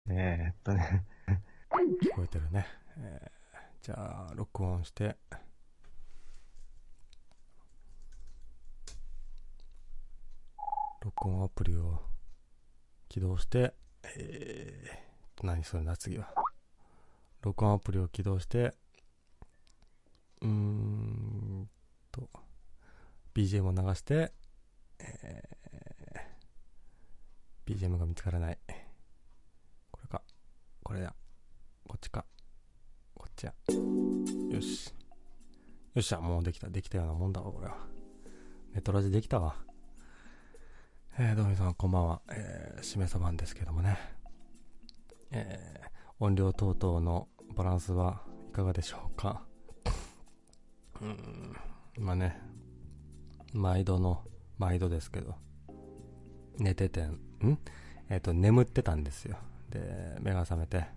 聞こえてるね。じゃあ、録音して、録音アプリを起動して、何それな、次は。録音アプリを起動して、BGM を流して、BGM が見つからない。これか。これだ。こっちか。こっちや。よし。よっしゃ、もうできたようなもんだわ、これは。ネトラジできたわ。どうもさんこんばんは。しめさばんですけどもね。音量等々のバランスはいかがでしょうか。まあね、毎度ですけど、寝てて、眠ってたんですよ。で、目が覚めて、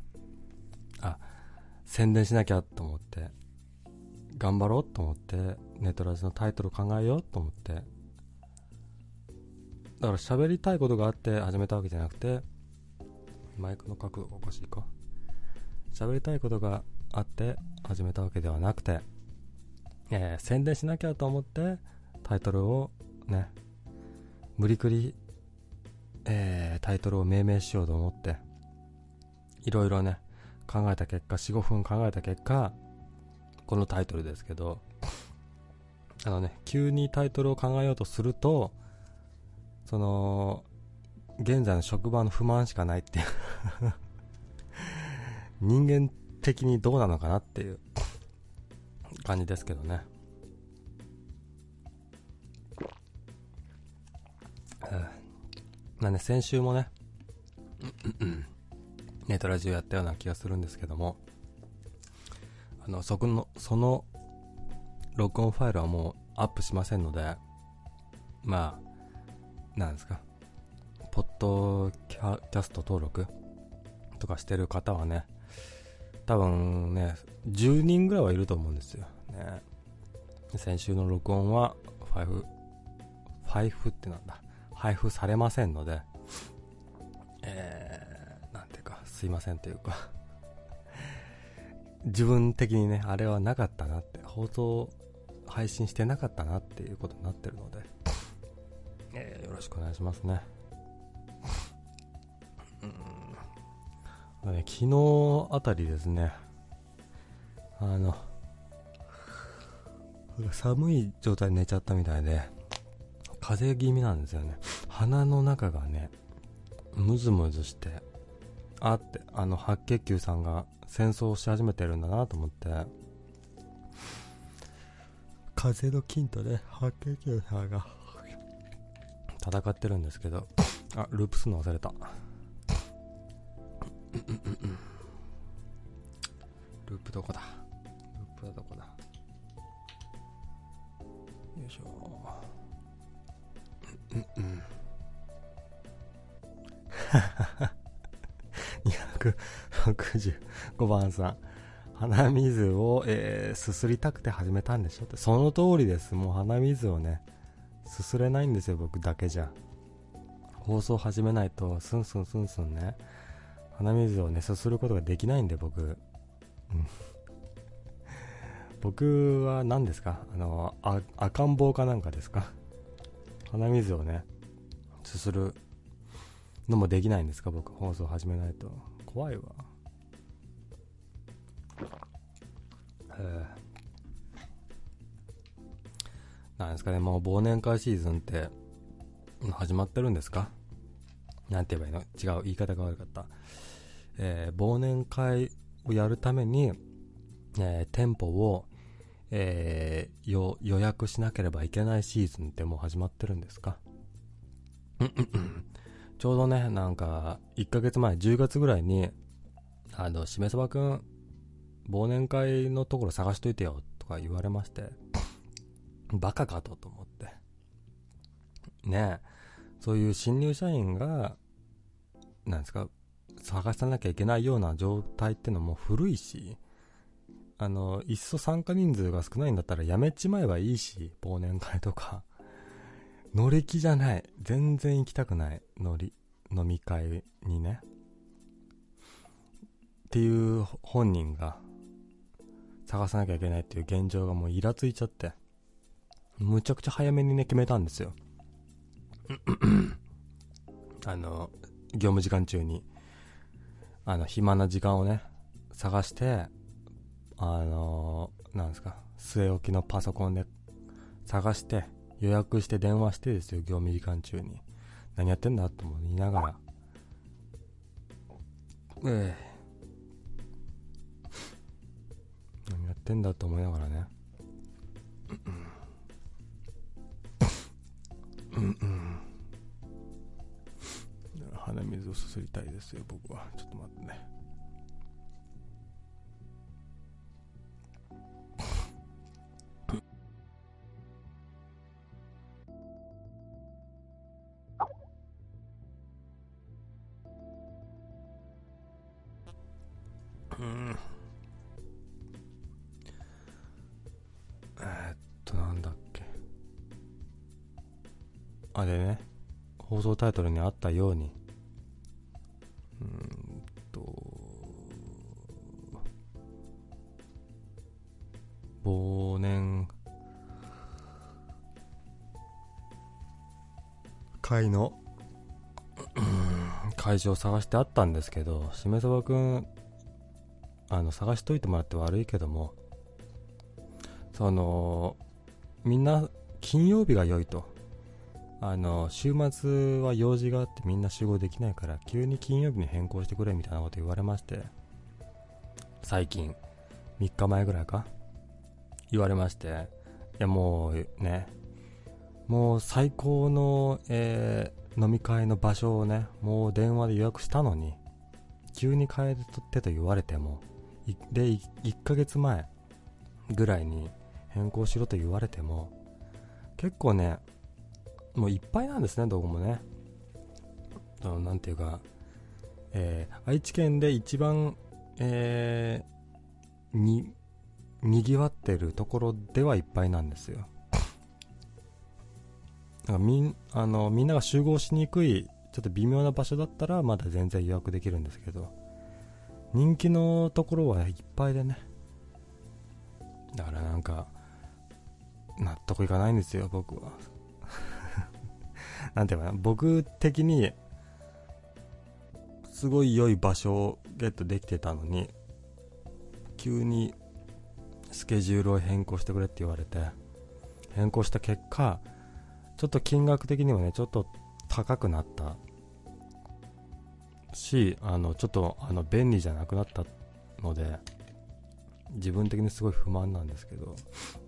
宣伝しなきゃと思って、頑張ろうと思って、ネトラジのタイトル考えようと思って、だから喋りたいことがあって始めたわけじゃなくて、マイクの角度がおかしいか。喋りたいことがあって始めたわけではなくて、宣伝しなきゃと思ってタイトルをね、無理くり、タイトルを命名しようと思っていろいろね考えた結果、 4,5 分考えた結果、このタイトルですけど、急にタイトルを考えようとすると、その現在の職場の不満しかないっていう人間的にどうなのかなっていう感じですけどね。なんで先週もねネットラジオやったような気がするんですけども、その録音ファイルはもうアップしませんので、まあなんですか、ポッドキャスト登録とかしてる方はね、多分ね10人ぐらいはいると思うんですよね。先週の録音はファイフってなんだ、配布されませんので、なんていうかすいませんというか自分的にねあれはなかったなって、放送配信してなかったなっていうことになってるので、よろしくお願いしますね。昨日あたりですね、寒い状態で寝ちゃったみたいで風邪気味なんですよね。鼻の中がねムズムズして、白血球さんが戦争をし始めてるんだなと思って、風の菌とね白血球さんが戦ってるんですけど、ループするの忘れた。ループどこだ、ループはどこだ、よいしょ。265番さん、鼻水を、すすりたくて始めたんでしょって。その通りです。もう鼻水をねすすれないんですよ、僕だけじゃ。放送始めないとスンスンスンスンね鼻水をねすすることができないんで、僕僕は何ですか、赤ん坊かなんかですか。鼻水をねすするのもできないんですか、僕。放送始めないと。怖いわ。なんですかね、もう忘年会シーズンって始まってるんですか。なんて言えばいいの、違う、言い方が悪かった。忘年会をやるために、店舗を、予約しなければいけないシーズンってもう始まってるんですか。ちょうどね、なんか1ヶ月前10月ぐらいにしめそばくん忘年会のところ探しといてよとか言われまして、バカかと思ってね。そういう新入社員がなんですか探さなきゃいけないような状態ってのも古いし、いっそ参加人数が少ないんだったらやめちまえばいいし、忘年会とか乗り気じゃない、全然行きたくない、飲み会にね。 っていう本人が探さなきゃいけないっていう現状がもうイラついちゃって、むちゃくちゃ早めにね決めたんですよ業務時間中に暇な時間をね探して、なんですか、据え置きのパソコンで探して予約して電話してですよ、業務時間中に。何やってんだと思いながら、何やってんだと思いながらね鼻水をすすりたいですよ僕は。ちょっと待ってね。なんだっけ、あれね、放送タイトルにあったように、忘年会の会場を探してあったんですけど、しめそばくん探しといてもらって悪いけども、みんな金曜日が良いと、週末は用事があってみんな集合できないから急に金曜日に変更してくれみたいなこと言われまして、最近3日前ぐらいか言われまして、いやもうね、もう最高の、飲み会の場所をねもう電話で予約したのに急に変えてと言われても、で1ヶ月前ぐらいに変更しろと言われても、結構ねもういっぱいなんですね、どこもね。なんていうか、愛知県で一番、にぎわってるところではいっぱいなんですよ。なんかみんなが集合しにくいちょっと微妙な場所だったらまだ全然予約できるんですけど、人気のところはいっぱいでね、だからなんか納得いかないんですよ僕はなんていうかな、僕的にすごい良い場所をゲットできてたのに急にスケジュールを変更してくれって言われて、変更した結果ちょっと金額的にもねちょっと高くなったし、ちょっと便利じゃなくなったので自分的にすごい不満なんですけど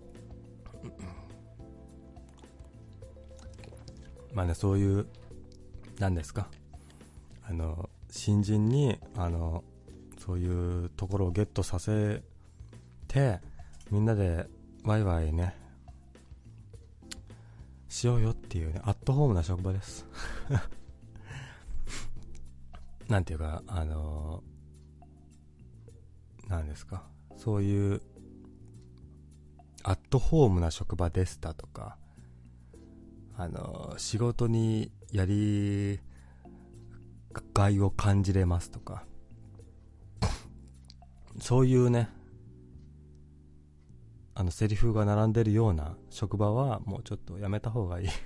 まあね、そういうなんですか、新人にそういうところをゲットさせてみんなでワイワイねしようよっていうね、アットホームな職場ですなんていうかなんですか、そういうアットホームな職場でしたとか、仕事にやりがいを感じれますとか、そういうねセリフが並んでるような職場はもうちょっとやめた方がいい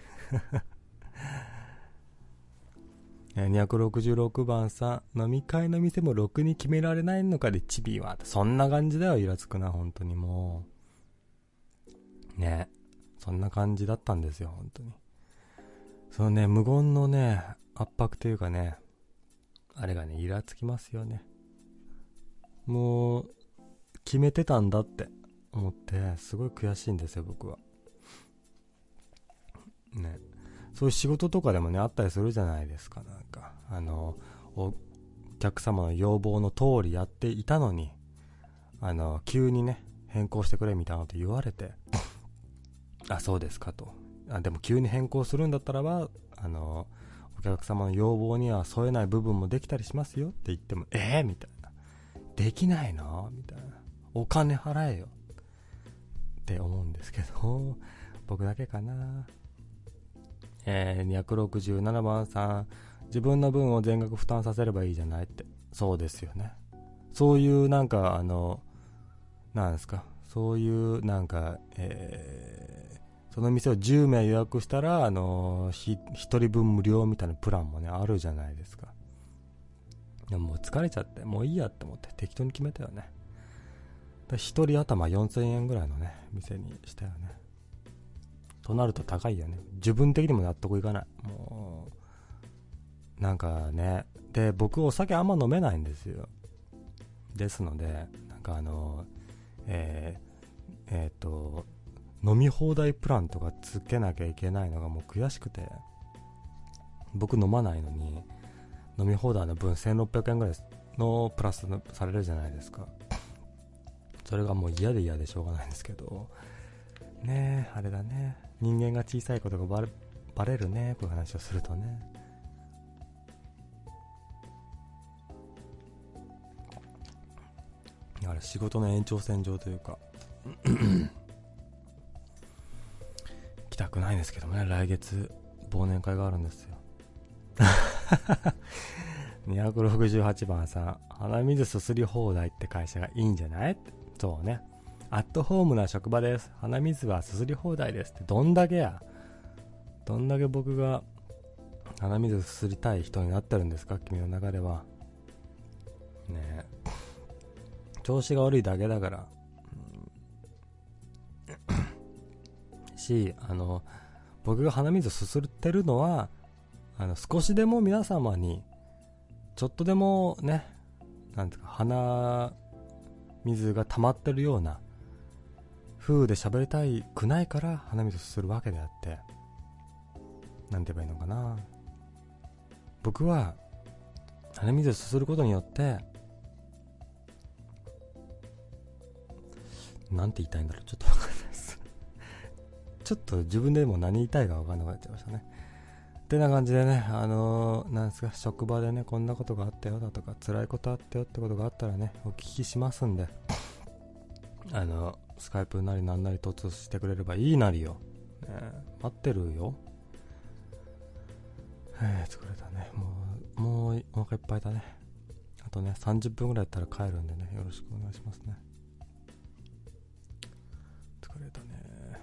266番さん、飲み会の店もろくに決められないのかでチビは、そんな感じだよ、イラつくな本当に。もうね、そんな感じだったんですよ本当に。そのね無言のね圧迫というかね、あれがねイラつきますよね。もう決めてたんだって思ってすごい悔しいんですよ僕はね。そういう仕事とかでもねあったりするじゃないですか。なんかお客様の要望の通りやっていたのに急にね変更してくれみたいなこと言われてあ、そうですかと。でも急に変更するんだったらばお客様の要望には添えない部分もできたりしますよって言ってもみたいな、できないのみたいな、お金払えよって思うんですけど僕だけかな。267番さん、自分の分を全額負担させればいいじゃないって。そうですよね。 そういうなんかなんですか、そういうなんか、その店を10名予約したら1人分無料みたいなプランもねあるじゃないですか。でももう疲れちゃってもういいやって思って適当に決めたよね。1人頭4000円ぐらいのね店にしたよね。となると高いよね。自分的にも納得いかない。もうなんかね、で僕お酒あんま飲めないんですよ。ですのでなんか飲み放題プランとかつけなきゃいけないのがもう悔しくて、僕飲まないのに飲み放題の分1600円ぐらいのプラスされるじゃないですか。それがもう嫌で嫌でしょうがないんですけどね。あれだね、人間が小さいことがバレるね、こういう話をするとね。だから仕事の延長線上というか来たくないんですけどもね。来月忘年会があるんですよ268番さん、鼻水すすり放題って会社がいいんじゃない？そうね、アットホームな職場です、鼻水はすすり放題ですって。どんだけ僕が鼻水すすりたい人になってるんですか、君の中ではね。え調子が悪いだけだから、し僕が鼻水すすってるのは少しでも皆様にちょっとでもね、なんですか、鼻水が溜まってるような風で喋りたくないから鼻水すするわけであって、なんて言えばいいのかな、僕は鼻水すすることによってなんて言いたいんだろう、ちょっとわかんないですちょっと自分でも何言いたいかわかんなくなっちゃいましたね。ってな感じでね、なんですか、職場でねこんなことがあったよだとか辛いことあったよってことがあったらねお聞きしますんで、スカイプなりなんなり突してくれればいいなりよ、待ってるよ。疲れたね。もうお腹いっぱいだね。あとね30分ぐらいだったら帰るんでね、よろしくお願いしますね。疲れたね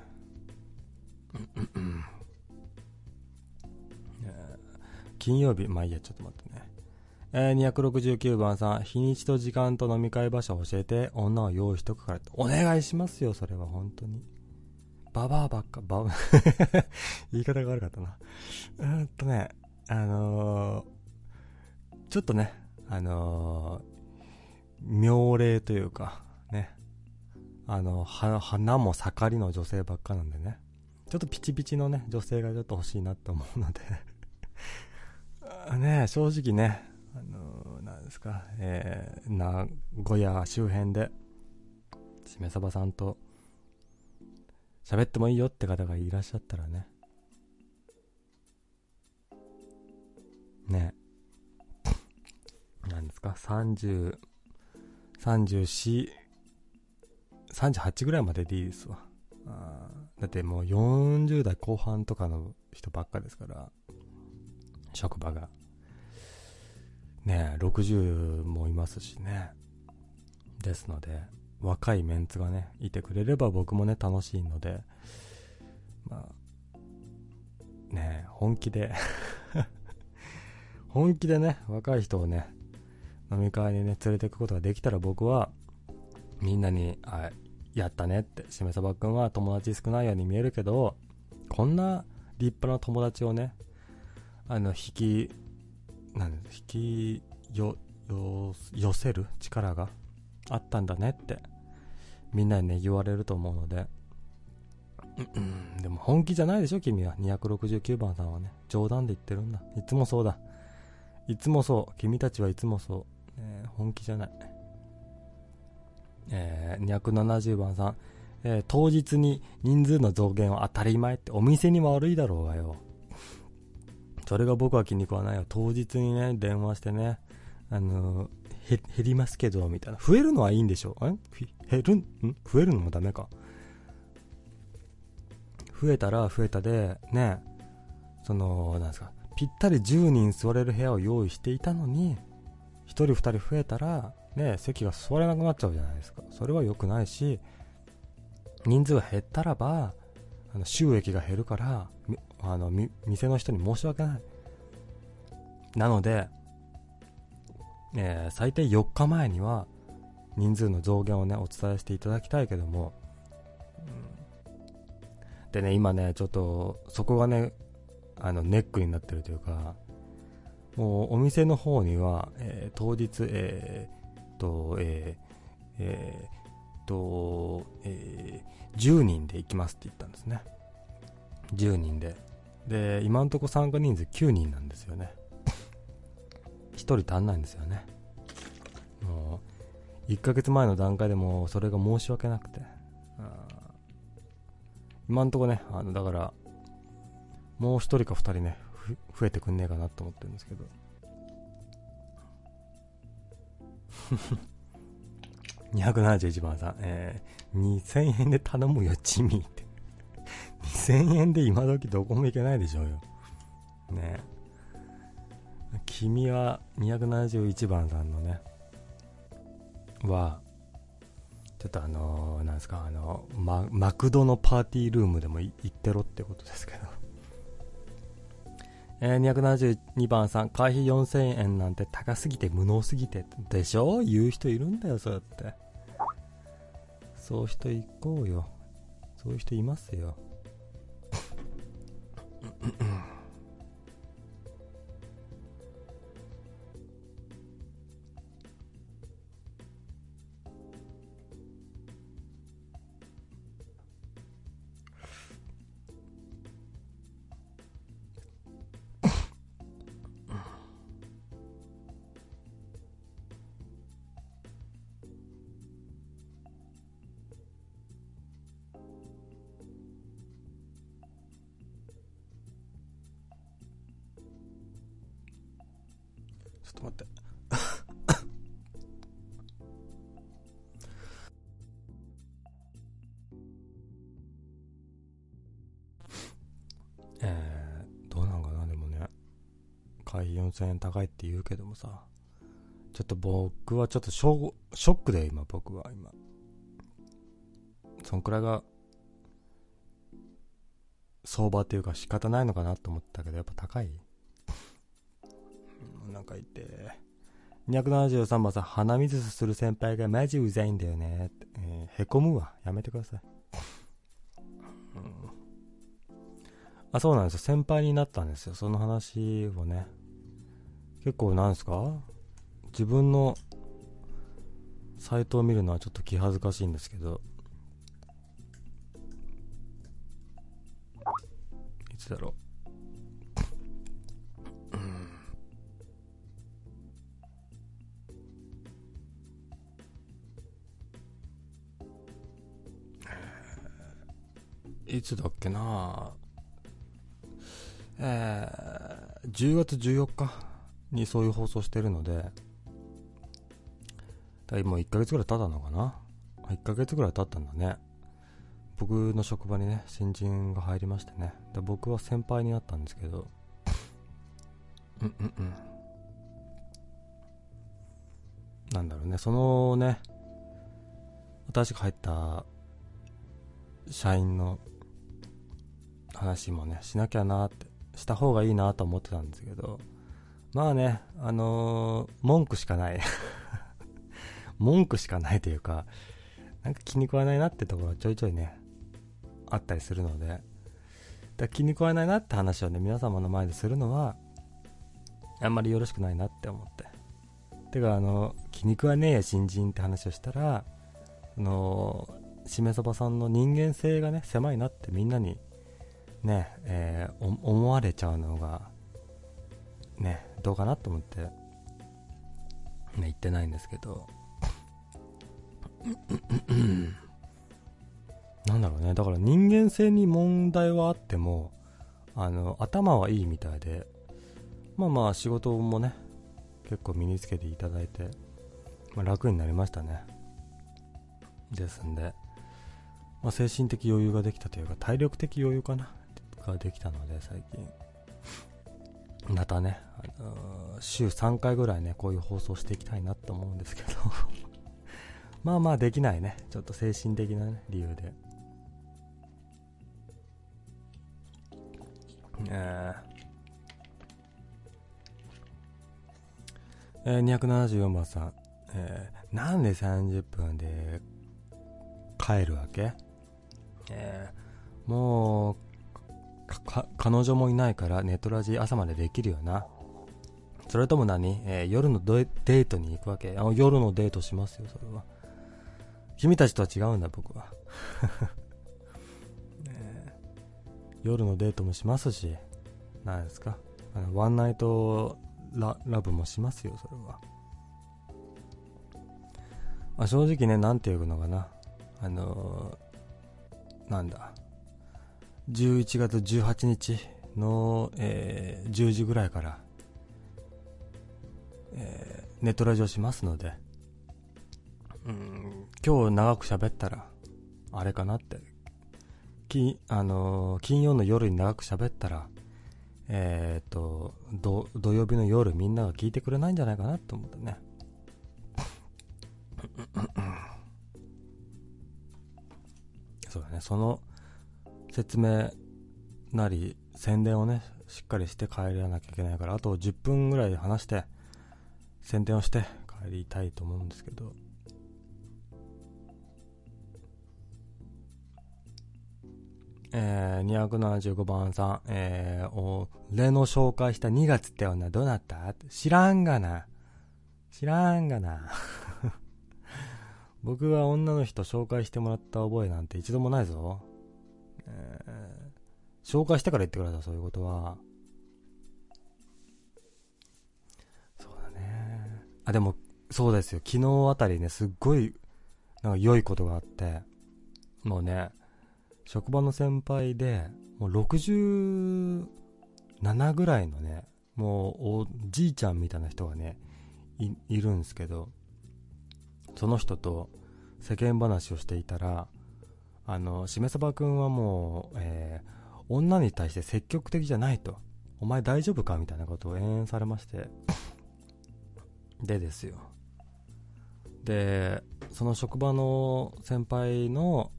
金曜日、まあいいや、ちょっと待ってね。269番さん、日にちと時間と飲み会場所を教えて、女を用意しとくからって。お願いしますよ、それは本当に。ババアばっか、言い方が悪かったな。ちょっとね、妙齢というか、ね、花も盛りの女性ばっかなんでね、ちょっとピチピチのね、女性がちょっと欲しいなと思うので、ね、正直ね、なんですか、名古屋周辺で、しめさばさんと喋ってもいいよって方がいらっしゃったらね、なんですか、38ぐらいまででいいですわ。だってもう40代後半とかの人ばっかですから、職場がね、60もいますしね。ですので若いメンツがねいてくれれば僕もね楽しいので、まあね、本気で本気でね若い人をね飲み会にね連れていくことができたら、僕はみんなにやったねって、しめさばくんは友達少ないように見えるけどこんな立派な友達をね引き寄せる力があったんだねってみんなにね言われると思うので、でも本気じゃないでしょ君は。269番さんはね冗談で言ってるんだ。いつもそうだ、いつもそう、君たちはいつもそう、本気じゃない。270番さん、当日に人数の増減は当たり前って、お店にも悪いだろうがよ。それが僕は気に食わないよ。当日にね電話してね、減りますけどみたいな。増えるのはいいんでしょ。増えるのもダメか。増えたら増えたでね、なんですか、ぴったり10人座れる部屋を用意していたのに、1人2人増えたらね、席が座れなくなっちゃうじゃないですか。それは良くないし、人数が減ったらば収益が減るから店の人に申し訳ない。なので、最低4日前には人数の増減をねお伝えしていただきたいけども、でね、今ねちょっとそこがねネックになってるというか、もうお店の方には、当日10人で行きますって言ったんですね。10人で今のところ参加人数9人なんですよね。1人足んないんですよね。もう1ヶ月前の段階でもそれが申し訳なくて、今のところねだからもう1人か2人ね増えてくんねえかなと思ってるんですけど271番さん、2000円で頼むよチミって2000円で今時どこも行けないでしょうよね。君は271番さんのねはちょっとなんですかマクドのパーティールームでも行ってろってことですけど272番さん、会費4000円なんて高すぎて無能すぎてでしょ。言う人いるんだよ、そうやって。そういう人行こうよ。そういう人いますよ。ちょっと待ってどうなんかな。でもね、会費4000円高いって言うけどもさ、ちょっと僕はちょっとショックで僕は今そんくらいが相場っていうか仕方ないのかなと思ったけど、やっぱ高い。なんか言って273番さん、鼻水する先輩がマジうざいんだよねって、へこむわ、やめてください。あ、そうなんですよ、先輩になったんですよ。その話をね、結構なんですか、自分のサイトを見るのはちょっと気恥ずかしいんですけど、いつだろう、いつだっけな、10月14日にそういう放送してるので、だいもう1ヶ月ぐらい経ったのかな。1ヶ月ぐらい経ったんだね。僕の職場にね新人が入りましてね、で僕は先輩になったんですけど、なんだろうね、そのね新しく入った社員の話もねしなきゃなって、した方がいいなと思ってたんですけど、まあね文句しかない文句しかないというか、なんか気に食わないなってところはちょいちょいねあったりするので、だ気に食わないなって話をね皆様の前でするのはあんまりよろしくないなって思って、てか気に食わねえや新人って話をしたら、しめそばさんの人間性がね狭いなってみんなにね、思われちゃうのがねどうかなと思ってね言ってないんですけどなんだろうね、だから人間性に問題はあっても頭はいいみたいで、まあ仕事もね結構身につけていただいて、楽になりましたね。ですんで、精神的余裕ができたというか体力的余裕かなができたので、最近またね、週3回ぐらいねこういう放送していきたいなと思うんですけどまあまあできないね。ちょっと精神的な、ね、理由で。274番さん、なんで30分で帰るわけ？もう彼女もいないからネトラジ朝までできるよな。それとも何、夜のデートに行くわけ？夜のデートしますよ、それは。君たちとは違うんだ、僕は。夜のデートもしますし、何ですか、ワンナイトラブもしますよ、それは。正直ね、なんていうのかな、なんだ、11月18日の、10時ぐらいから、ネットラジオしますので、今日長く喋ったらあれかなって、金曜の夜に長く喋ったら、土曜日の夜みんなが聞いてくれないんじゃないかなと思ったね。そうだね、その説明なり宣伝をねしっかりして帰らなきゃいけないから、あと10分ぐらい話して宣伝をして帰りたいと思うんですけど、275番さん、俺の紹介した2月って女どうなった？知らんがな僕は女の人紹介してもらった覚えなんて一度もないぞ。紹介してから言ってください、そういうことは。そうだね。でもそうですよ、昨日あたりね、すっごいなんか良いことがあって、もうね、職場の先輩でもう67ぐらいのね、もうおじいちゃんみたいな人がね いるんですけど、その人と世間話をしていたら、しめさばくんはもう、女に対して積極的じゃないと、お前大丈夫かみたいなことを延々されまして、でですよ、でその職場の先輩の、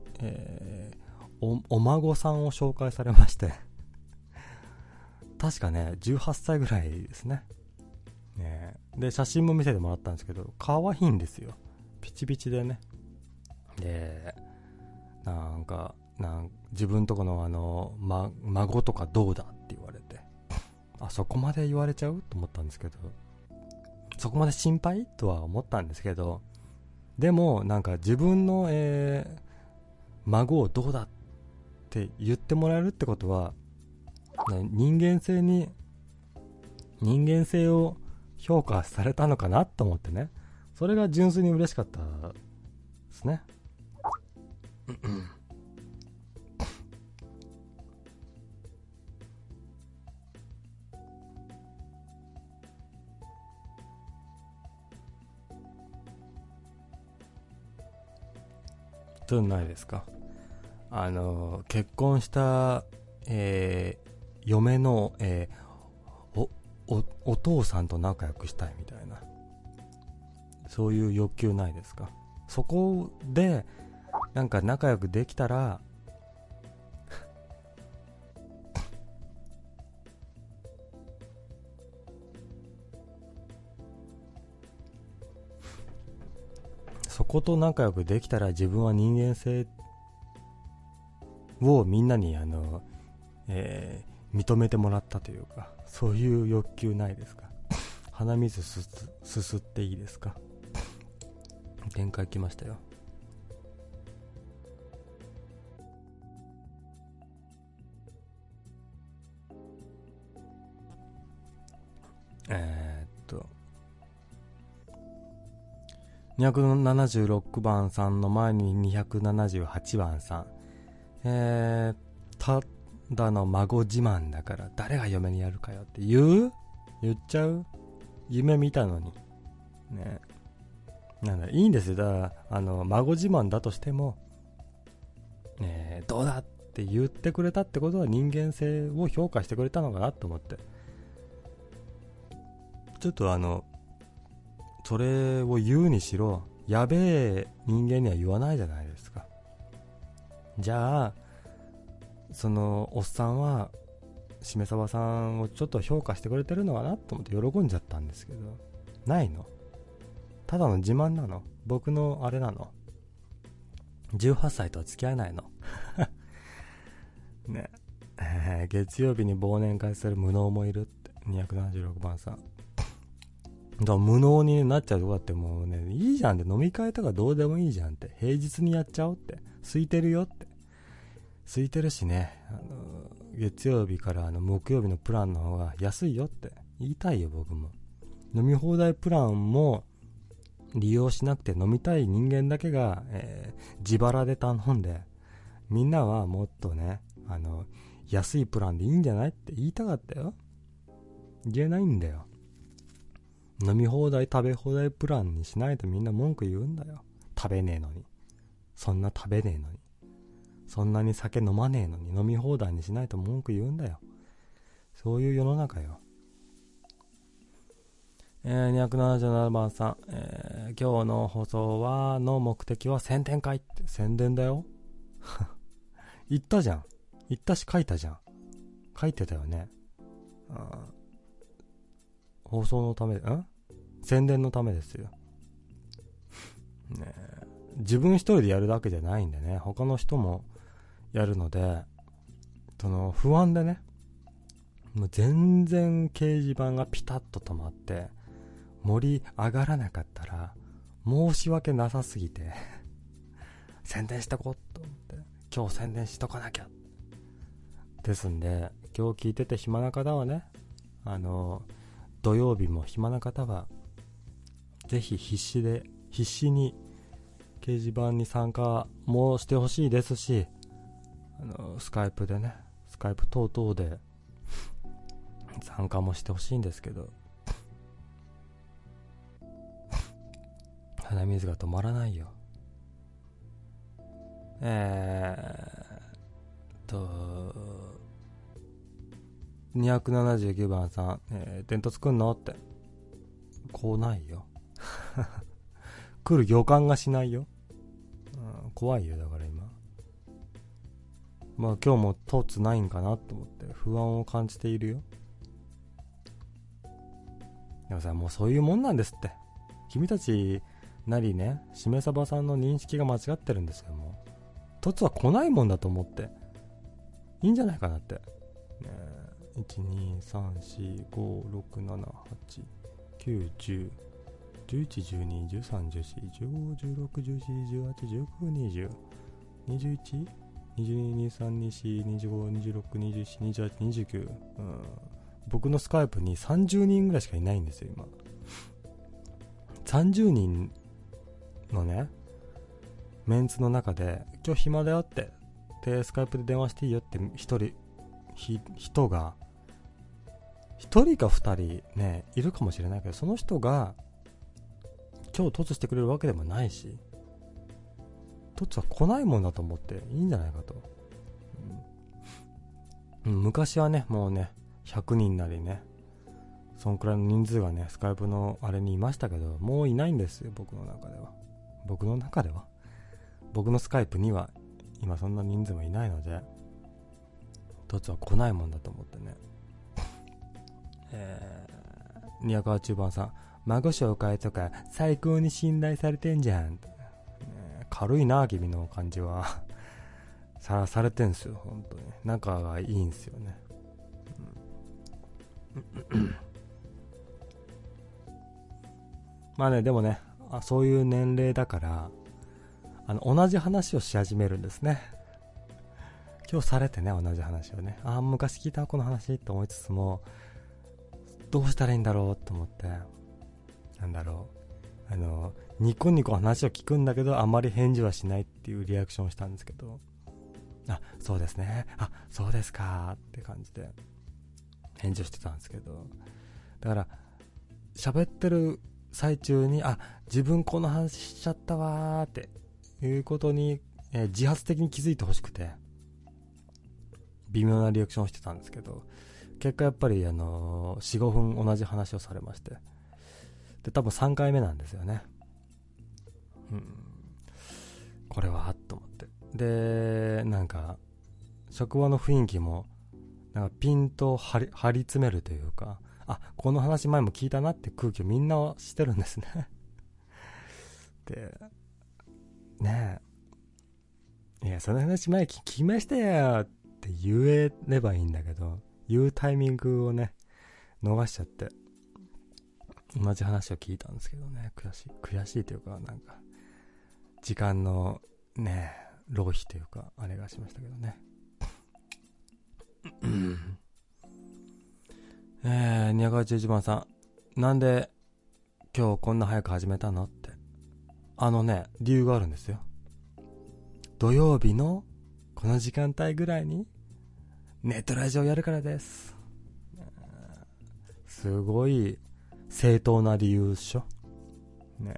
お孫さんを紹介されまして確かね18歳ぐらいですね。で写真も見せてもらったんですけど、可愛いんですよ、ピチピチでね。でなんか自分とこの孫とかどうだって言われて、そこまで言われちゃうと思ったんですけど、そこまで心配とは思ったんですけど、でもなんか自分の、孫をどうだって言ってもらえるってことは、人間性を評価されたのかなと思ってね、それが純粋に嬉しかったですね。そうないですか、結婚した、嫁の、お父さんと仲良くしたいみたいな、そういう欲求ないですか？そこでなんか仲良くできたらそこと仲良くできたら自分は人間性をみんなに認めてもらったというか、そういう欲求ないですか？鼻水すすっていいですか？限界来ましたよ。276番さんの前に278番さん、ただの孫自慢だから誰が嫁にやるかよって言っちゃう？夢見たのにね。なんだ、いいんですよ。だから孫自慢だとしても、どうだって言ってくれたってことは人間性を評価してくれたのかなと思って、ちょっとそれを言うにしろやべえ人間には言わないじゃないですか。じゃあそのおっさんはしめさばさんをちょっと評価してくれてるのかなと思って喜んじゃったんですけど、ないの。ただの自慢なの。僕のあれなの。18歳とは付き合えないのね。月曜日に忘年会する無能もいるって276番さん。だから無能になっちゃうとこだって、もうね、いいじゃんって、飲み会とかどうでもいいじゃんって、平日にやっちゃおうって、空いてるよって、空いてるしね、月曜日から木曜日のプランの方が安いよって言いたいよ。僕も飲み放題プランも利用しなくて、飲みたい人間だけが、自腹で頼んで、みんなはもっとね、安いプランでいいんじゃないって言いたかったよ。言えないんだよ。飲み放題食べ放題プランにしないとみんな文句言うんだよ。食べねえのに、そんな食べねえのに、そんなに酒飲まねえのに飲み放題にしないと文句言うんだよ。そういう世の中よ。277番さん、今日の放送はの目的は宣伝会って。宣伝だよ言ったじゃん。言ったし書いたじゃん。書いてたよね。放送のため、宣伝のためですよ。ね、自分一人でやるだけじゃないんでね、他の人もやるので、その不安でね、もう全然掲示板がピタッと止まって盛り上がらなかったら申し訳なさすぎて宣伝しとこうと思って、今日宣伝しとかなきゃですんで、今日聞いてて暇な方はね、土曜日も暇な方はぜひ必死に掲示板に参加もしてほしいですし、スカイプでね、スカイプ等々で参加もしてほしいんですけど、鼻水が止まらないよ。279番さん、テント作んのって。来ないよ来る予感がしないよ、怖いよ。だから今、まあ今日もトツないんかなと思って不安を感じているよ。でもさ、もうそういうもんなんですって。君たちなりね、しめさばさんの認識が間違ってるんですよ。もうトツは来ないもんだと思っていいんじゃないかなって、123456789101112131415212223242526272829、僕のスカイプに30人ぐらいしかいないんですよ今。30人のねメンツの中で、今日暇だよってでスカイプで電話していいよって人が1人か2人ねいるかもしれないけど、その人が今日突してくれるわけでもないし、突は来ないもんだと思っていいんじゃないかと、昔はね、もうね100人なりね、そんくらいの人数がねスカイプのあれにいましたけど、もういないんですよ。僕の中では僕のスカイプには今そんな人数もいないので、突は来ないもんだと思ってね。280番さん、孫紹介とか最高に信頼されてんじゃん、軽いな君の感じはされてんすよ。本当に仲がいいんすよね、まあね、でもね、そういう年齢だから同じ話をし始めるんですね。今日されてね、同じ話をね、昔聞いたこの話と思いつつも、どうしたらいいんだろうと思って、ニコニコ話を聞くんだけどあまり返事はしないっていうリアクションをしたんですけど、そうですね、そうですかって感じで返事をしてたんですけど、だから喋ってる最中に自分この話しちゃったわーっていうことに、自発的に気づいてほしくて微妙なリアクションをしてたんですけど、結果やっぱり4、5分同じ話をされまして、で多分3回目なんですよね。 これはと思って。で、なんか職場の雰囲気もなんかピンと張り詰めるというか、あ、この話前も聞いたなって空気をみんなしてるんですねで、ねえ、いや、その話前聞きましたよって言えればいいんだけど、言うタイミングをね、逃しちゃって、同じ話を聞いたんですけどね、悔しいというか、なんか、時間のね、浪費というか、あれがしましたけどね。281番さん、なんで今日こんな早く始めたのって。理由があるんですよ。土曜日のこの時間帯ぐらいにネットラジオやるからです。すごい正当な理由っしょね。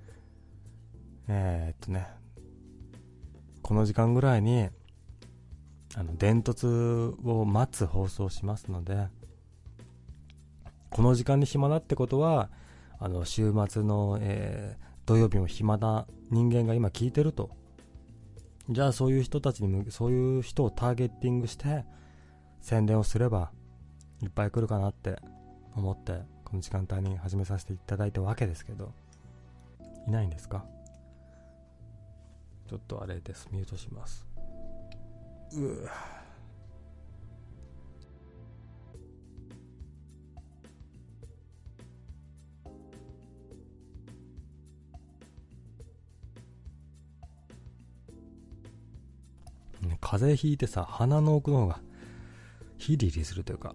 この時間ぐらいに電突を待つ放送しますので、この時間に暇だってことは週末の、土曜日も暇な人間が今聞いてると。じゃあそういう人たちにそういう人をターゲッティングして宣伝をすればいっぱい来るかなって思って、この時間帯に始めさせていただいたわけですけど、いないんですか？ちょっとあれです、ミュートします。風邪ひいてさ、鼻の奥の方がヒリリするというか、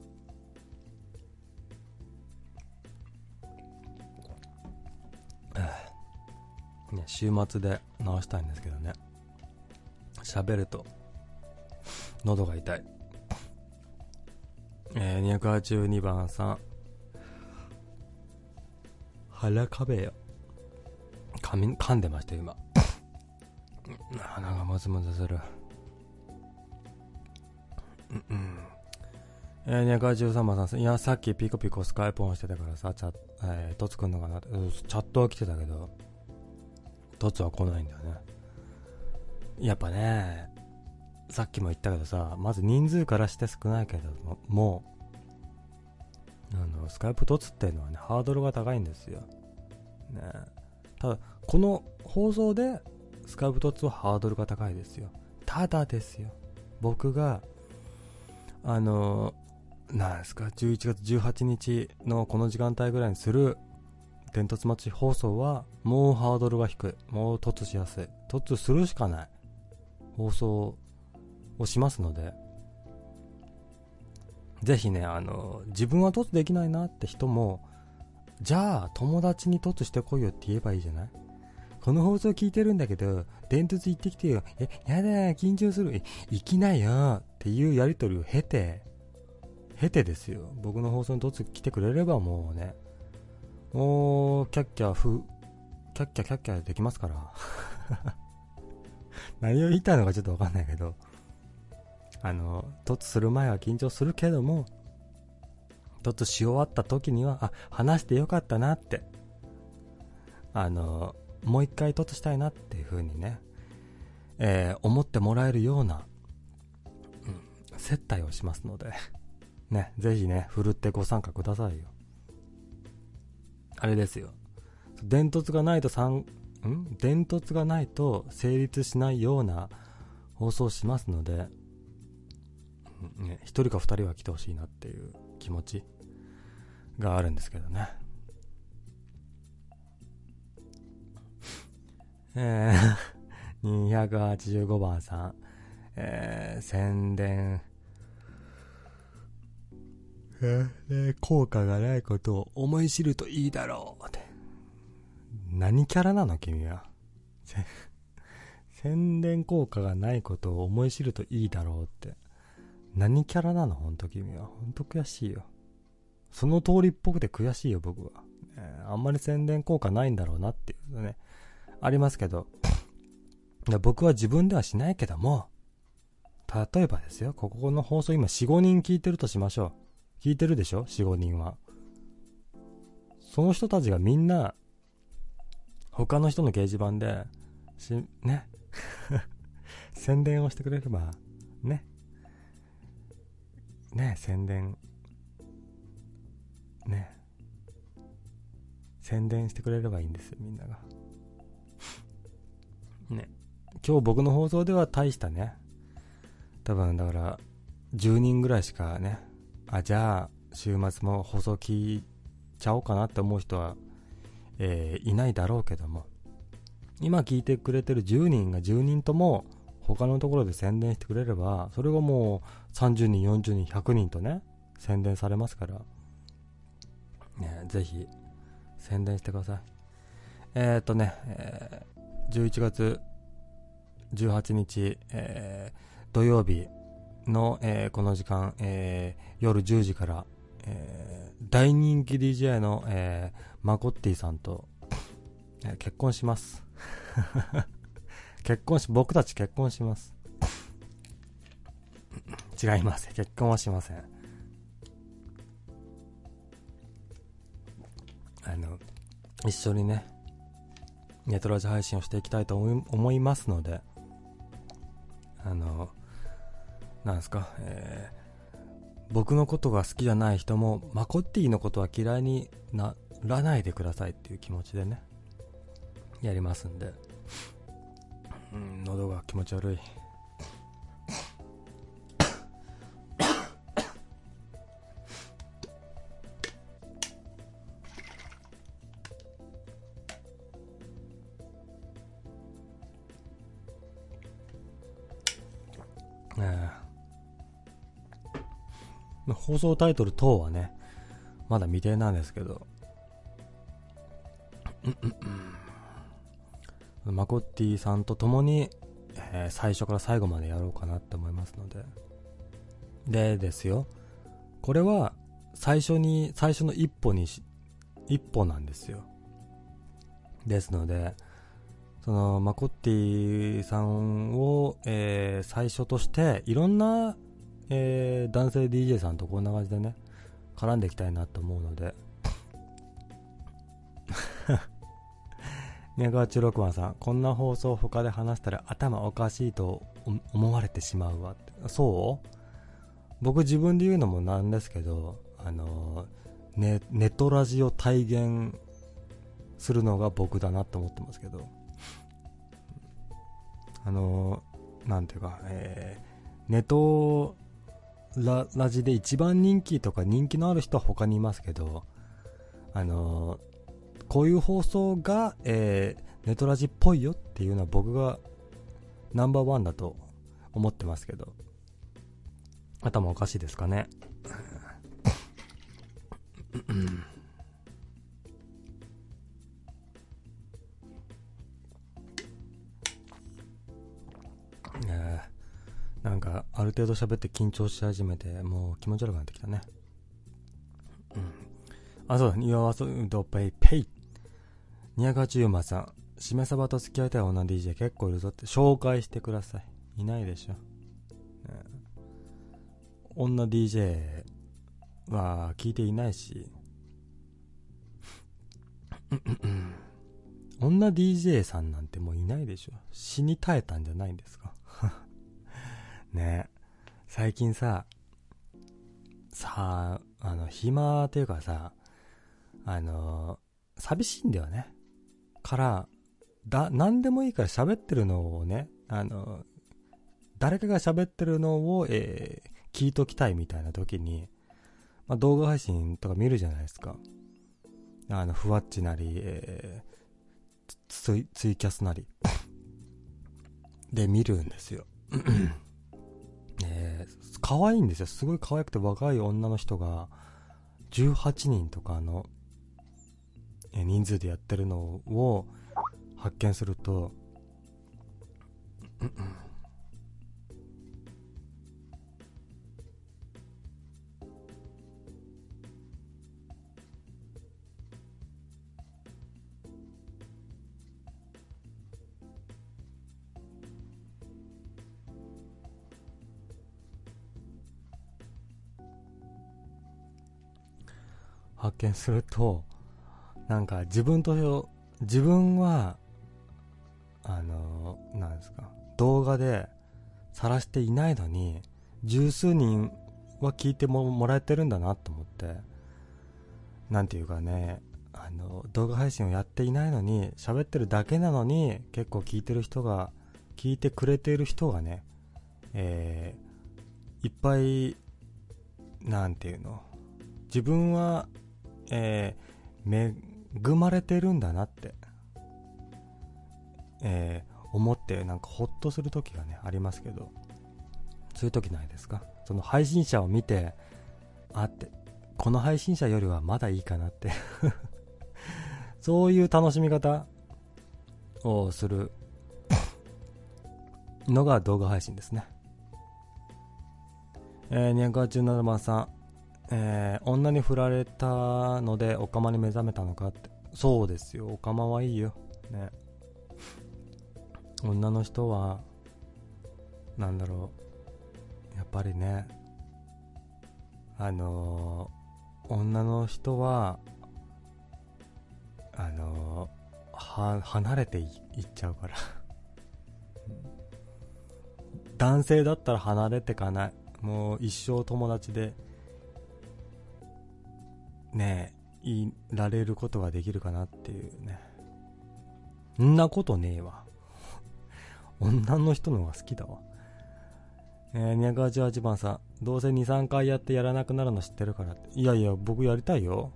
ね、週末で治したいんですけどね、喋ると喉が痛い。282番さん、腹かべよ。噛んでましたよ今。鼻がムズムズする。283番さん、いやさっきピコピコスカイプオンしてたからさ、トツくんのかなって、チャットは来てたけどトツは来ないんだよね。やっぱね、さっきも言ったけどさ、まず人数からして少ないけどもスカイプトツっていうのはね、ハードルが高いんですよね。ただこの放送でスカイプトツはハードルが高いですよ。ただですよ、僕がなんですか、11月18日のこの時間帯ぐらいにする電突待ち放送はもうハードルが低い。もう突しやすい。突するしかない放送をしますので、ぜひね、自分は突できないなって人も、じゃあ友達に突してこいよって言えばいいじゃない。この放送聞いてるんだけど電突行ってきてよ。やだ緊張する。行きなよっていうやり取りを経てですよ、僕の放送に突来てくれればもうね、もうキャッキャできますから何を言いたいのかちょっと分かんないけど、突する前は緊張するけども、突し終わった時には話してよかったなって、もう一回突したいなっていう風にね、思ってもらえるような、接待をしますのでね、ぜひね、ふるってご参加くださいよ。あれですよ、電突がないと成立しないような放送しますので、一人か二人は来てほしいなっていう気持ちがあるんですけどね。285番さん、宣伝効果がないことを思い知るといいだろうって。何キャラなの君は。宣伝効果がないことを思い知るといいだろうって何キャラなの。ほんと君はほんと悔しいよ。その通りっぽくて悔しいよ僕は、あんまり宣伝効果ないんだろうなっていうのね、ありますけど、僕は自分ではしないけども、例えばですよ、ここの放送今 4,5 人聞いてるとしましょう。聞いてるでしょ 4,5 人は。その人たちがみんな他の人の掲示板でね宣伝をしてくれればね宣伝してくれればいいんですよ、みんながね。今日僕の放送では大したね、多分だから10人ぐらいしかね、じゃあ週末も放送聞いちゃおうかなって思う人は、いないだろうけども、今聞いてくれてる10人が10人とも他のところで宣伝してくれれば、それがもう30人40人100人とね宣伝されますからね。ぜひ宣伝してください。11月18日、土曜日の、この時間、夜10時から、大人気 DJ の、マコッティさんと、結婚します僕たち結婚します。違います、結婚はしません。一緒にねネトラジ配信をしていきたいと思いますので、なんですか、僕のことが好きじゃない人もマコッティのことは嫌いにならないでくださいっていう気持ちでねやりますんで、喉が気持ち悪い放送タイトル等はねまだ未定なんですけど、マコッティさんと共に、最初から最後までやろうかなって思いますので。でですよ、これは最初の一歩なんですよ。ですので、そのマコッティさんを、最初としていろんな、男性 DJ さんとこんな感じでね絡んでいきたいなと思うので宮川16番さん、こんな放送他で話したら頭おかしいと思われてしまうわって。そう？僕自分で言うのもなんですけど、ネトラジを体現するのが僕だなと思ってますけど、なんていうか、ネトラジで一番人気とか人気のある人は他にいますけど、こういう放送が、ネトラジっぽいよっていうのは僕がナンバーワンだと思ってますけど、頭おかしいですかね。なんかある程度喋って緊張し始めてもう気持ち悪くなってきたね。そうだ、岩尾とペイ280万さん、しめさばと付き合いたい女 DJ 結構いるぞって紹介してください。いないでしょ、女 DJ は聞いていないし女 DJ さんなんてもういないでしょ。死に絶えたんじゃないんですかねえ、最近さ暇っていうかさ、寂しいんだよね。から何でもいいから喋ってるのをね、誰かが喋ってるのを、聞いときたいみたいな時に、動画配信とか見るじゃないですか。ふわっちなり、ツイキャスなりで見るんですよ可愛いんですよ。すごい可愛くて若い女の人が18人とかの人数でやってるのを発見するとなんか自分はなんですか、動画で晒していないのに十数人は聞いてもらえてるんだなと思って、なんていうかね、動画配信をやっていないのに喋ってるだけなのに結構聞いてくれている人がね、いっぱい、なんていうの、自分は、恵まれてるんだなって、思ってなんかほっとする時がねありますけど、そういう時ないですか？その配信者を見て、この配信者よりはまだいいかなってそういう楽しみ方をするのが動画配信ですね。287番さん、女に振られたのでオカマに目覚めたのかって。そうですよ、オカマはいいよ、ね、女の人はなんだろう、やっぱりね、女の人は離れていっちゃうから男性だったら離れてかない、もう一生友達でねいられることができるかなっていうね。んなことねえわ女の人の方が好きだわ。288番さん、どうせ 2,3 回やってやらなくなるの知ってるからって。いやいや、僕やりたいよ。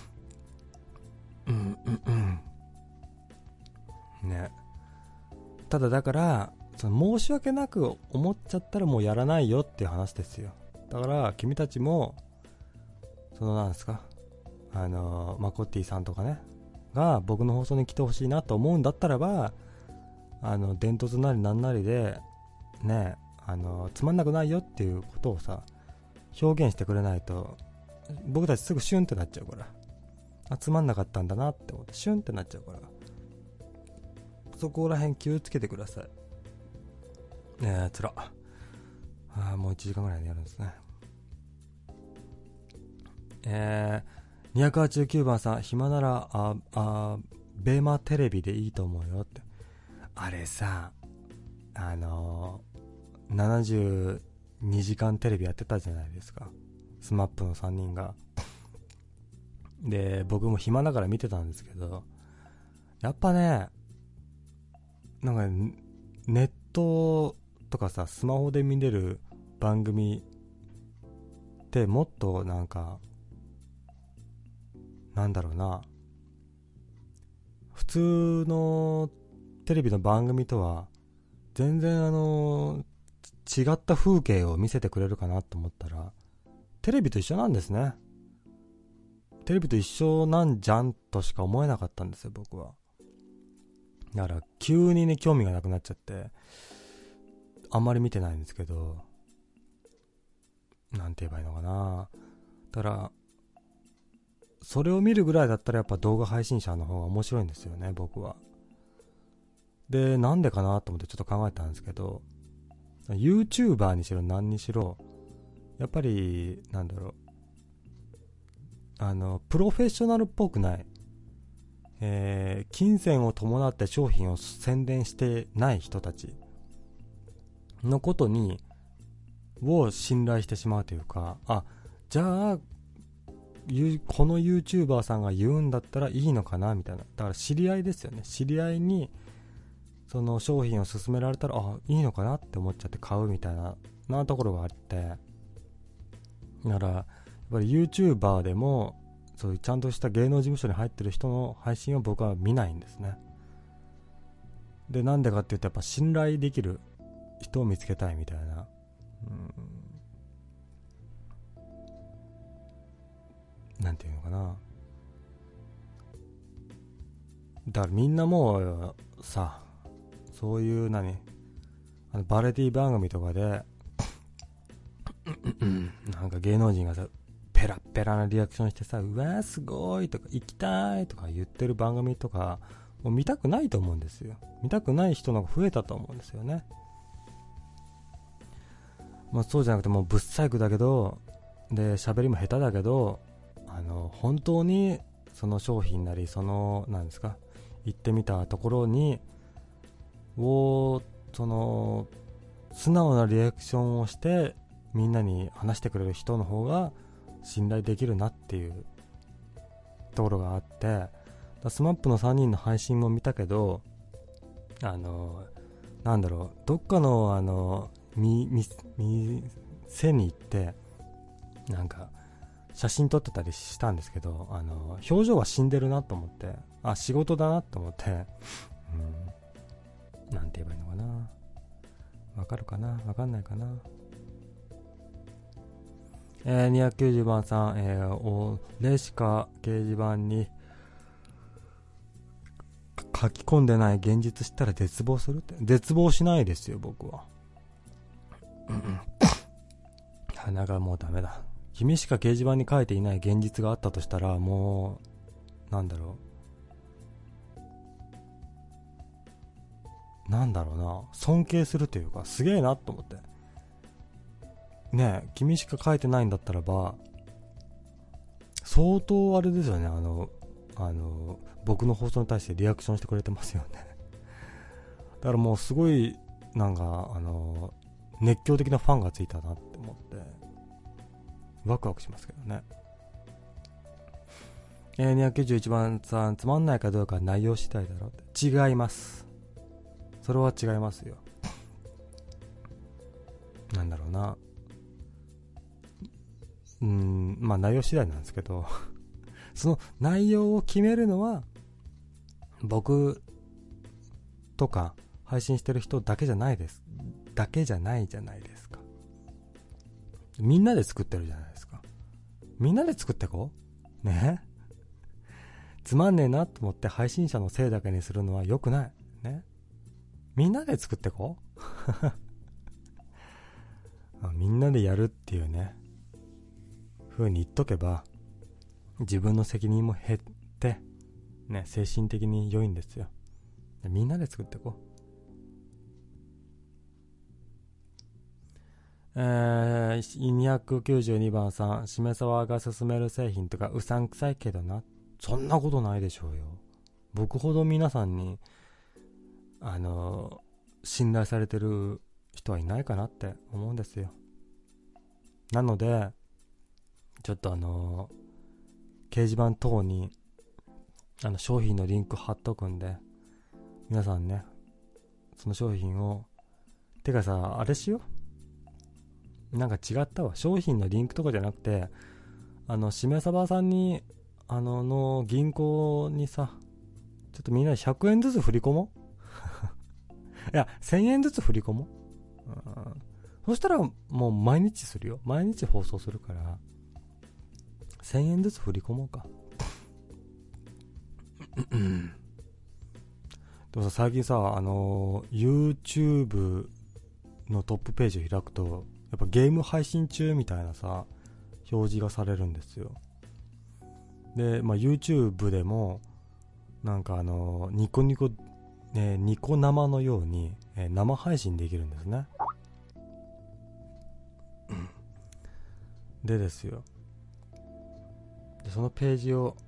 ね。ただだから、申し訳なく思っちゃったらもうやらないよっていう話ですよ。だから君たちもなんですか、マコッティさんとかねが僕の放送に来てほしいなと思うんだったらば、伝突なりなんなりでね、つまんなくないよっていうことをさ表現してくれないと、僕たちすぐシュンってなっちゃうから、つまんなかったんだなって思ってシュンってなっちゃうから、そこら辺気をつけてください。つらもう1時間ぐらいでやるんですね。289番さん、暇ならベーマテレビでいいと思うよって。あれさ、72時間テレビやってたじゃないですか、スマップの3人が。で僕も暇だから見てたんですけど、やっぱね、なんかネットとかさスマホで見れる番組ってもっとなんかなんだろうな、普通のテレビの番組とは全然違った風景を見せてくれるかなと思ったら、テレビと一緒なんですね。テレビと一緒なんじゃんとしか思えなかったんですよ、僕は。だから急にね興味がなくなっちゃってあんまり見てないんですけど、なんて言えばいいのかな。だからそれを見るぐらいだったらやっぱ動画配信者の方が面白いんですよね、僕は。でなんでかなと思ってちょっと考えたんですけど、 YouTuber にしろ何にしろやっぱりなんだろう、プロフェッショナルっぽくない、金銭を伴って商品を宣伝してない人たちのことを信頼してしまうというか、じゃあこの YouTuber さんが言うんだったらいいのかなみたいな。だから知り合いですよね。知り合いにその商品を勧められたらいいのかなって思っちゃって買うみたいなところがあって、だからやっぱり YouTuber でもそういうちゃんとした芸能事務所に入ってる人の配信を僕は見ないんですね。でなんでかっていうと、やっぱ信頼できる人を見つけたいみたいな、なんていうのかな。だからみんなもうさ、そういうバラエティ番組とかでなんか芸能人がさペラペラなリアクションしてさ、うわーすごいとか行きたいとか言ってる番組とかもう見たくないと思うんですよ。見たくない人の方が増えたと思うんですよね。そうじゃなくて、もうぶっ細工だけど、で喋りも下手だけど、本当にその商品なりなんですか、行ってみたところにその素直なリアクションをしてみんなに話してくれる人の方が信頼できるなっていうところがあって、スマップの3人の配信も見たけど、なんだろう、どっかの店に行ってなんか写真撮ってたりしたんですけど、表情は死んでるなと思って、仕事だなと思って、なんて言えばいいのかな、わかるかな、わかんないかな。290番さん、俺しか掲示板に書き込んでない現実知ったら絶望するって。絶望しないですよ僕は。鼻がもうダメだ。君しか掲示板に書いていない現実があったとしたら、もうなんだろうな、尊敬するというか、すげえなと思ってね。え、君しか書いてないんだったらば相当あれですよね。僕の放送に対してリアクションしてくれてますよね。だからもうすごいなんか熱狂的なファンがついたなって思ってワクワクしますけどね。291番さん、つまんないかどうかは内容次第だろって。違います。それは違いますよ。なんだろうな、まあ内容次第なんですけどその内容を決めるのは僕とか配信してる人だけじゃないです。だけじゃないじゃないですか。みんなで作ってるじゃないですか。みんなで作ってこうね。つまんねえなと思って配信者のせいだけにするのは良くないね。みんなで作ってこうみんなでやるっていうね風に言っとけば自分の責任も減ってね、精神的に良いんですよ。みんなで作ってこう。292番さん、しめさわが勧める製品とかうさんくさいけどな。そんなことないでしょうよ。僕ほど皆さんに信頼されてる人はいないかなって思うんですよ。なのでちょっと掲示板等に商品のリンク貼っとくんで、皆さんね、その商品を、てかさ、あれしよう、なんか違ったわ。商品のリンクとかじゃなくて、しめさばさんにの銀行にさ、ちょっとみんなで100円ずつ振り込もういや1000円ずつ振り込もう。そしたらもう毎日するよ。毎日放送するから1000円ずつ振り込もうかでもさ、最近さ、YouTube のトップページを開くと、やっぱゲーム配信中みたいなさ、表示がされるんですよ。で、YouTube でも、なんかニコニコ、ニコ生のように、生配信できるんですね。でですよ。で、そのページを、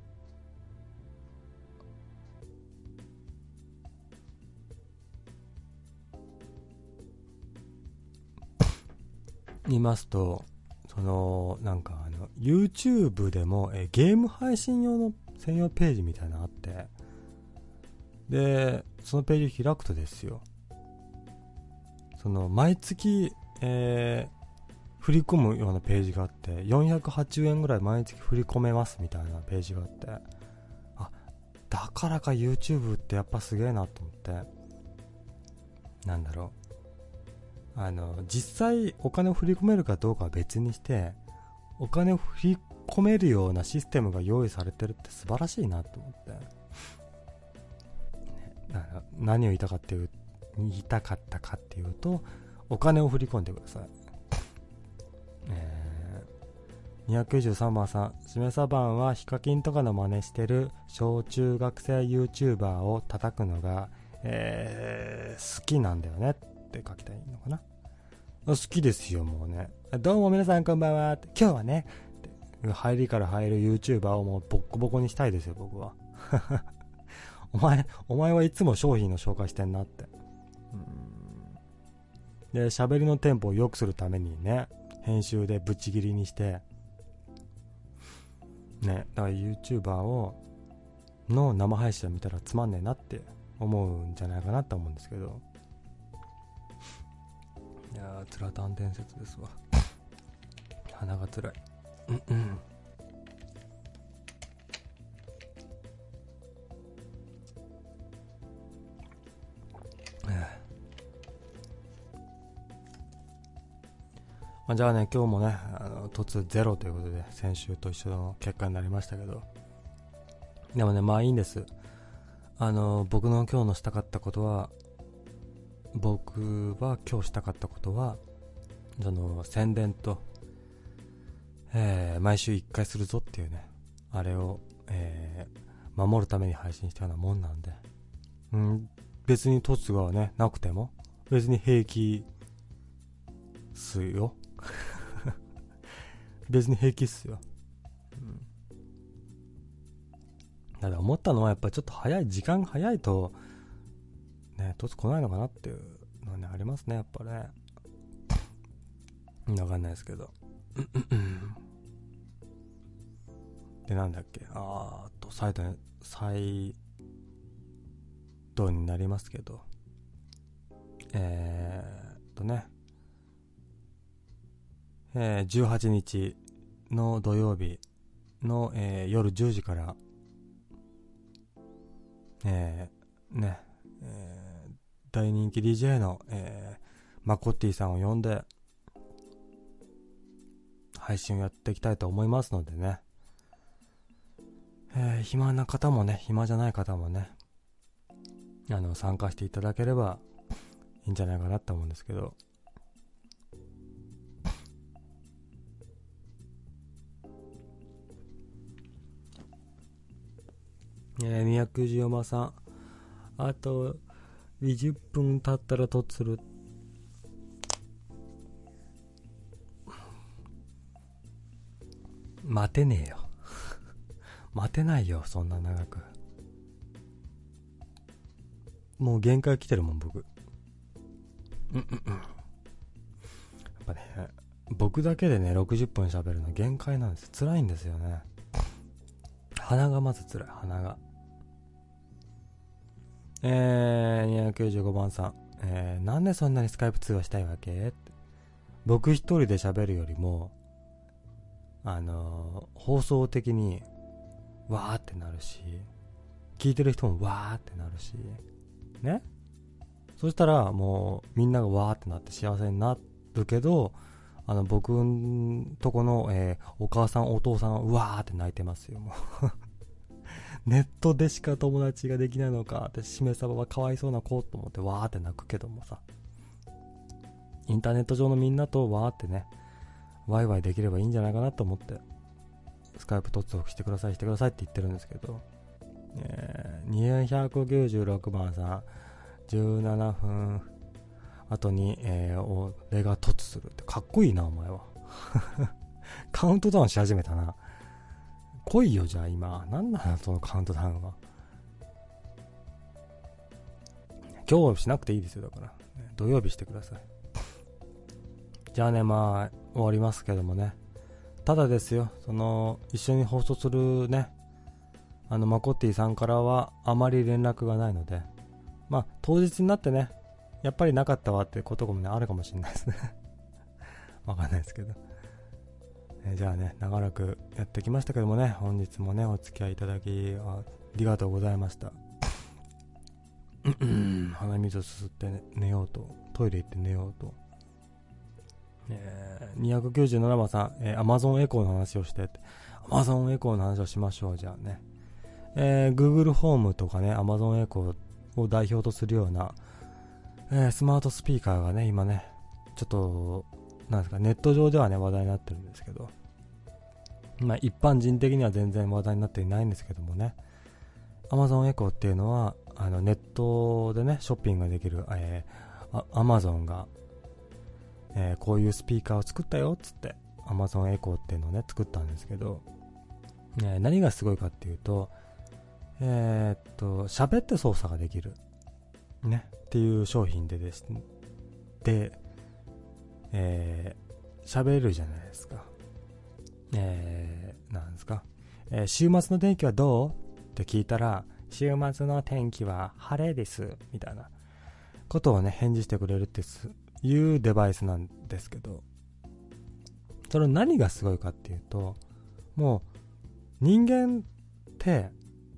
見ますと、なんかYouTube でもゲーム配信用の専用ページみたいなのあって、でそのページを開くとですよ、毎月、振り込むようなページがあって、480円ぐらい毎月振り込めますみたいなページがあって、だからか YouTube ってやっぱすげえなと思って、なんだろう、実際お金を振り込めるかどうかは別にして、お金を振り込めるようなシステムが用意されてるって素晴らしいなと思って、だから何を言いたかったかっていうと、お金を振り込んでください。293番さん、しめさばんはヒカキンとかの真似してる小中学生 YouTuber を叩くのが、好きなんだよねって書きたいのかな。好きですよ、もうね。どうも皆さんこんばんはって、今日はねって入りから入る YouTuber をもうボッコボコにしたいですよ、僕は。お前はいつも商品の紹介してんなって。 で、喋りのテンポを良くするためにね、編集でぶっちぎりにして、ね、だから YouTuber の生配信を見たらつまんねえなって思うんじゃないかなと思うんですけど、いやー、つらたん伝説ですわ。鼻がつらい。じゃあね、今日もね、突ゼロということで、先週と一緒の結果になりましたけど、でもね、まあいいんです。僕の今日したかったことは、その宣伝と、毎週1回するぞっていうね、あれを、守るために配信したようなもんなんで、別に突がね、なくても、別に平気っすよ。別に平気っすよ。だから思ったのはやっぱちょっと時間早いと、ね、突来ないのかなっていうのはね、ありますね、やっぱね。わかんないですけど。で、なんだっけ、サイドになりますけど、18日の土曜日の、夜10時から、大人気 DJ の、マコッティさんを呼んで配信をやっていきたいと思いますのでね、暇な方もね、暇じゃない方もね、参加していただければいいんじゃないかなと思うんですけど、宮久島山さん、あと20分経ったら突する。待てねえよ。待てないよ、そんな長く。もう限界来てるもん、僕。やっぱね、僕だけでね、60分喋るの限界なんです。辛いんですよね。鼻がまず辛い、鼻が。295番さん、なんでそんなにスカイプ通話したいわけって。僕一人で喋るよりも、放送的にわーってなるし、聞いてる人もわーってなるしね。そしたらもうみんながわーってなって幸せになるけど、僕んとこの、お母さんお父さんはうわーって泣いてますよ、もう。ネットでしか友達ができないのかって、しめさばはかわいそうな子と思ってわーって泣くけどもさ、インターネット上のみんなとわーってね、ワイワイできればいいんじゃないかなと思って、スカイプ突入してくださいって言ってるんですけど、296番さん、17分後に、俺が突するってかっこいいな、お前は。カウントダウンし始めたな。来いよ、じゃあ今。なんなの、そのカウントダウンは。今日しなくていいですよ、だから。土曜日してください。じゃあね、まあ、終わりますけどもね。ただですよ、一緒に放送するね、マコッティさんからはあまり連絡がないので、まあ、当日になってね、やっぱりなかったわってこともね、あるかもしれないですね。わかんないですけど。じゃあね、長らくやってきましたけどもね、本日もね、お付き合いいただきありがとうございました。鼻水をすすって、ね、寝ようと、トイレ行って寝ようと。297番さん、Amazon エコーの話をして、Amazon エコーの話をしましょう、じゃあね。Google ホームとかね、Amazon エコーを代表とするような、スマートスピーカーがね、今ね、ちょっと、なんですか、ネット上ではね、話題になってるんですけど、まあ一般人的には全然話題になっていないんですけどもね、Amazon エコーっていうのは、ネットでね、ショッピングができる、Amazon が、こういうスピーカーを作ったよっつって Amazon エコーっていうのをね作ったんですけど、何がすごいかっていうと、喋って操作ができるねっていう商品でですね。で、 喋るじゃないですか。なんですか、週末の天気はどうって聞いたら、週末の天気は晴れですみたいなことをね返事してくれるっていうデバイスなんですけど、その何がすごいかっていうと、もう人間って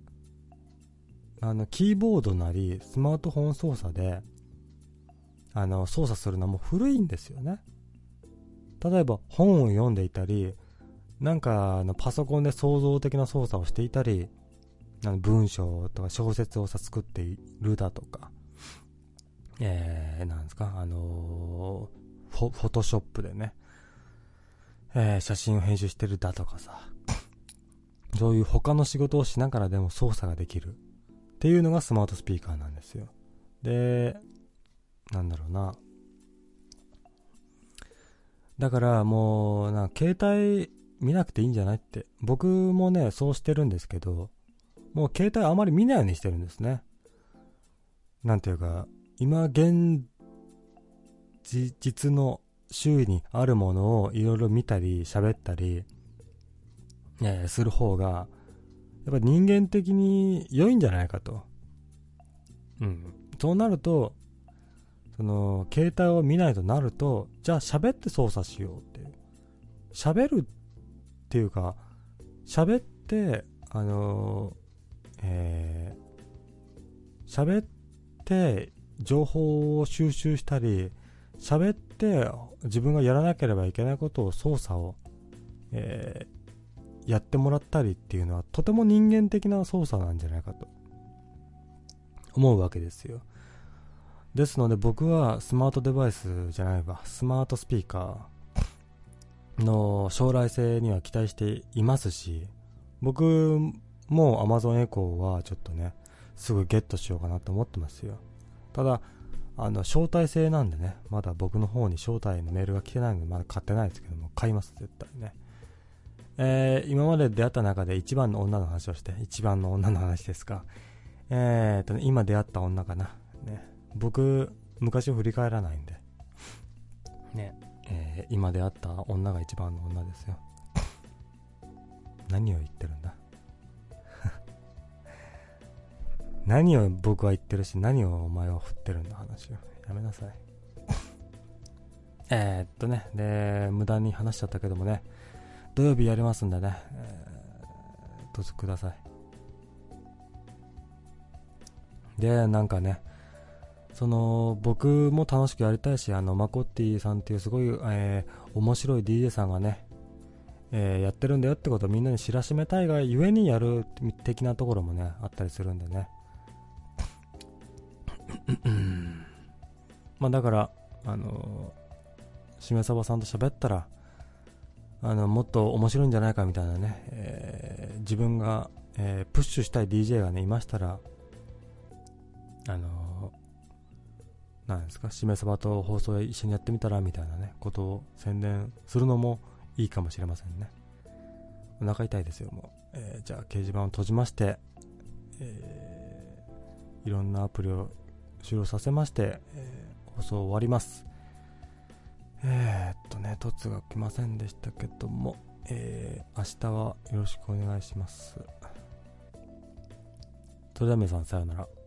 キーボードなりスマートフォン操作で操作するのはもう古いんですよね。例えば本を読んでいたり、なんかパソコンで創造的な操作をしていたり、文章とか小説を作っているだとか、なんですか、フォトショップでね、写真を編集してるだとかさ、そういう他の仕事をしながらでも操作ができるっていうのがスマートスピーカーなんですよ。で、なんだろうな、だからもう携帯見なくていいんじゃないって、僕もねそうしてるんですけど、もう携帯あまり見ないようにしてるんですね。なんていうか、今現実の周囲にあるものをいろいろ見たり喋ったり、する方がやっぱ人間的に良いんじゃないかと。そうなると、その携帯を見ないとなると、じゃあ喋って操作しようっていう、喋るっていうか、喋って喋って情報を収集したり、喋って自分がやらなければいけないことを操作を、やってもらったりっていうのはとても人間的な操作なんじゃないかと思うわけですよ。ですので僕はスマートデバイスじゃないわ、スマートスピーカーの将来性には期待していますし、僕も Amazon Echo はちょっとねすぐゲットしようかなと思ってますよ。ただ招待制なんでね、まだ僕の方に招待のメールが来てないのでまだ買ってないですけども、買います絶対ね。今まで出会った中で一番の女の話をして、一番の女の話ですか。今出会った女かな。ね、僕、昔を振り返らないんで。ね、今出会った女が一番の女ですよ。何を言ってるんだ何を僕は言ってるし、何をお前は振ってるんだ話を。やめなさい。で、無駄に話しちゃったけどもね、土曜日やりますんでね、どうぞください。で、なんかね、僕も楽しくやりたいし、マコッティさんっていうすごい、面白い DJ さんがね、やってるんだよってことをみんなに知らしめたいがゆえにやる的なところもね、あったりするんでね。まあだから、しめさばさんと喋ったら、もっと面白いんじゃないかみたいなね、自分が、プッシュしたい DJ がねいましたら、なんですか、しめさばと放送一緒にやってみたらみたいなねことを宣伝するのもいいかもしれませんね。お腹痛いですよもう。じゃあ掲示板を閉じまして、いろんなアプリを終了させまして、放送終わります。凸が来ませんでしたけども、明日はよろしくお願いします。それでは皆さんさようなら。